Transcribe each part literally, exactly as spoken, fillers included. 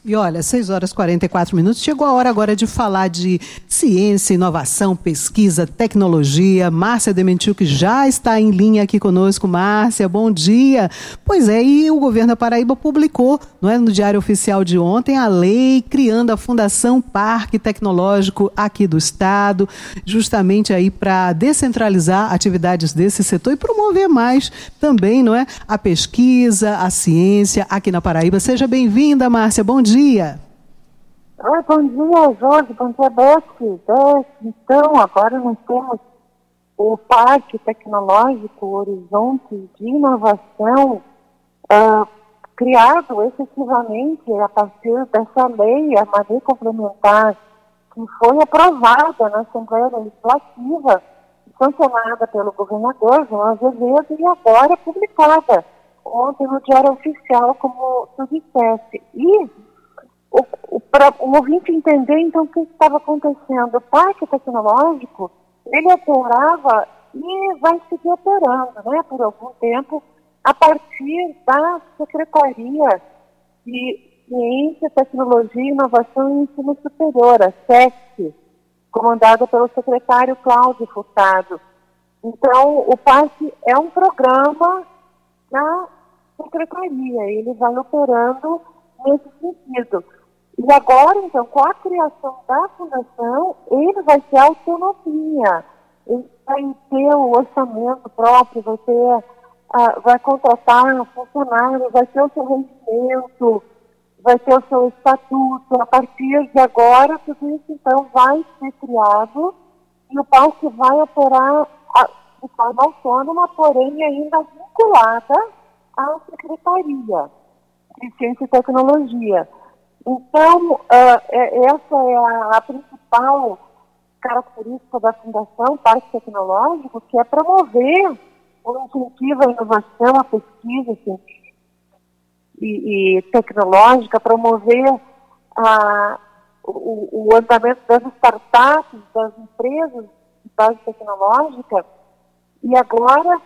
E olha, seis horas e quarenta e quatro minutos, chegou a hora agora de falar de ciência, inovação, pesquisa, tecnologia. Márcia Dementiuk já está em linha aqui conosco. Márcia, bom dia. Pois é, e o governo da Paraíba publicou, não é, no Diário Oficial de ontem, a lei criando a Fundação Parque Tecnológico aqui do estado, justamente aí para descentralizar atividades desse setor e promover mais também, não é, a pesquisa, a ciência aqui na Paraíba. Seja bem-vinda, Márcia, bom dia. dia. Oi, bom dia, Jorge, bom dia, Beth. Então, agora nós temos o Parque Tecnológico Horizonte de Inovação uh, criado efetivamente a partir dessa lei, a lei complementar, que foi aprovada na Assembleia Legislativa, sancionada pelo governador João Azevedo e agora publicada ontem no Diário Oficial, como tu disseste. E para o ouvinte entender, então, o que estava acontecendo. O Parque Tecnológico, ele operava e vai seguir operando, né, por algum tempo, a partir da Secretaria de Ciência, Tecnologia, Inovação e Ensino Superior, a SESC, comandada pelo secretário Cláudio Furtado. Então, o Parque é um programa da Secretaria, ele vai operando nesse sentido. E agora, então, com a criação da fundação, ele vai ter autonomia, ele vai ter o orçamento próprio, vai ter, uh, vai contratar funcionários, vai ter o seu regimento, vai ter o seu estatuto. A partir de agora, tudo isso, então, vai ser criado e o parque vai operar a, de forma autônoma, porém ainda vinculada à Secretaria de Ciência e Tecnologia. Então, uh, é, essa é a, a principal característica da Fundação Parque Tecnológico, que é promover o incentivo à inovação, à pesquisa científica e, e tecnológica, promover a, o, o andamento das startups, das empresas de base tecnológica. E agora,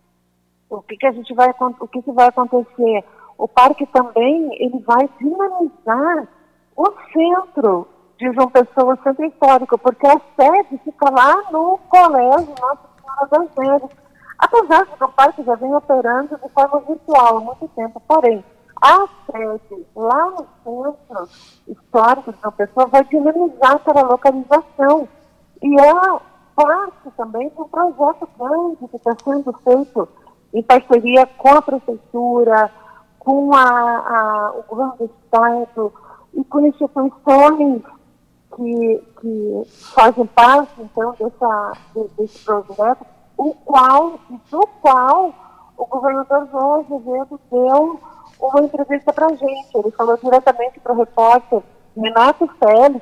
o que, que a gente vai, o que, que vai acontecer? O parque também ele vai dinamizar o centro de João Pessoa, o centro histórico, porque a sede fica lá no Colégio Nossa Senhora das Neves. Apesar de que o parque já vem operando de forma virtual há muito tempo, porém, a sede lá no centro histórico de João Pessoa vai dinamizar aquela localização. E é parte também de um projeto grande que está sendo feito em parceria com a Prefeitura, com a, a, o governo do estado e com instituições que, que fazem parte, então, dessa, desse projeto, o qual, e do qual o governador João Azevedo deu uma entrevista para a gente. Ele falou diretamente para o repórter Renato Félix,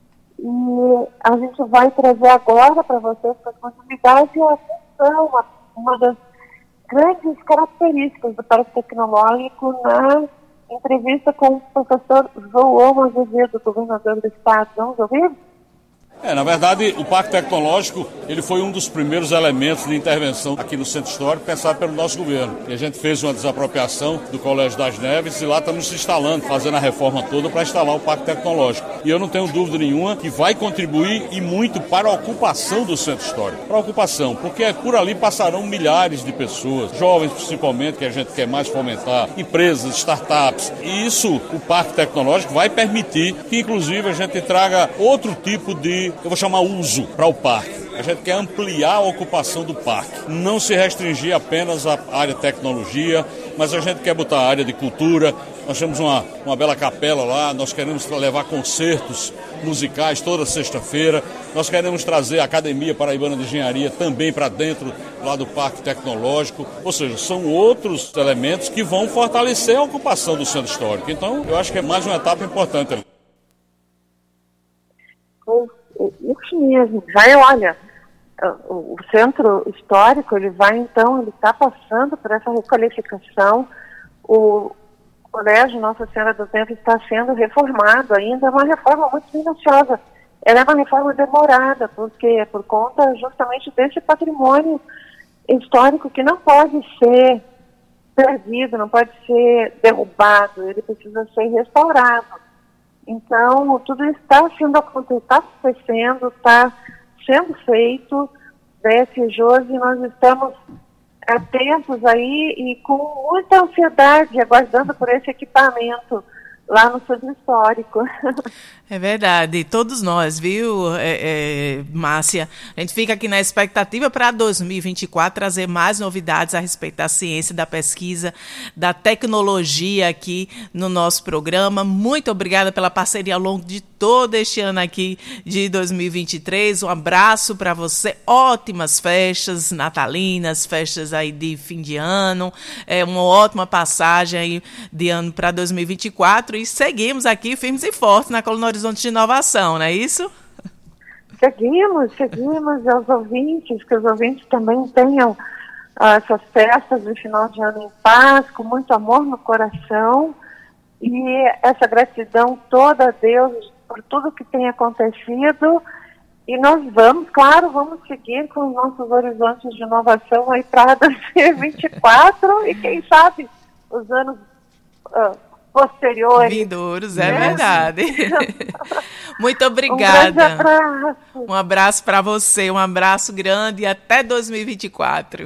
e a gente vai trazer agora para vocês, para a continuidade, a função, uma das grandes características do Parque Tecnológico na entrevista com o professor João Azevedo, governador do estado. Vamos ouvir? É, na verdade, o Parque Tecnológico, ele foi um dos primeiros elementos de intervenção aqui no Centro Histórico, pensado pelo nosso governo. E a gente fez uma desapropriação do Colégio das Neves e lá estamos se instalando, fazendo a reforma toda para instalar o Parque Tecnológico. E eu não tenho dúvida nenhuma que vai contribuir e muito para a ocupação do Centro Histórico. Para a ocupação, porque por ali passarão milhares de pessoas, jovens principalmente, que a gente quer mais fomentar, empresas, startups. E isso, o Parque Tecnológico vai permitir que, inclusive, a gente traga outro tipo de, eu vou chamar uso para o parque. A gente quer ampliar a ocupação do parque, não se restringir apenas à área de tecnologia, mas a gente quer botar a área de cultura. Nós temos uma, uma bela capela lá, nós queremos levar concertos musicais toda sexta-feira, nós queremos trazer a Academia Paraibana de Engenharia também para dentro lá do Parque Tecnológico, ou seja, são outros elementos que vão fortalecer a ocupação do Centro Histórico. Então, eu acho que é mais uma etapa importante ali. Isso mesmo, vai, olha, o centro histórico, ele vai então, ele está passando por essa requalificação, o Colégio Nossa Senhora dos Neves está sendo reformado ainda, é uma reforma muito minuciosa, ela é uma reforma demorada, porque por conta justamente desse patrimônio histórico que não pode ser perdido, não pode ser derrubado, ele precisa ser restaurado. Então, tudo isso está sendo está acontecendo, está sendo feito, Beth, Josi, nós estamos atentos aí e com muita ansiedade, aguardando por esse equipamento lá no Centro Histórico. É verdade, todos nós, viu, é, é, Márcia? A gente fica aqui na expectativa para dois mil e vinte e quatro trazer mais novidades a respeito da ciência, da pesquisa, da tecnologia aqui no nosso programa. Muito obrigada pela parceria ao longo de todo este ano aqui de dois mil e vinte e três. Um abraço para você, ótimas festas natalinas, festas aí de fim de ano, é uma ótima passagem aí de ano para dois mil e vinte e quatro e seguimos aqui firmes e fortes na Coluna Horizonte de Inovação, não é isso? Seguimos, seguimos aos ouvintes, que os ouvintes também tenham uh, essas festas de final de ano em paz, com muito amor no coração e essa gratidão toda a Deus por tudo que tem acontecido. E nós vamos, claro, vamos seguir com os nossos horizontes de inovação aí para dois mil e vinte e quatro e quem sabe os anos uh, posteriores. Vindouros, é né? Verdade. Muito obrigada. Um grande abraço. Um abraço para você, um abraço grande e até dois mil e vinte e quatro.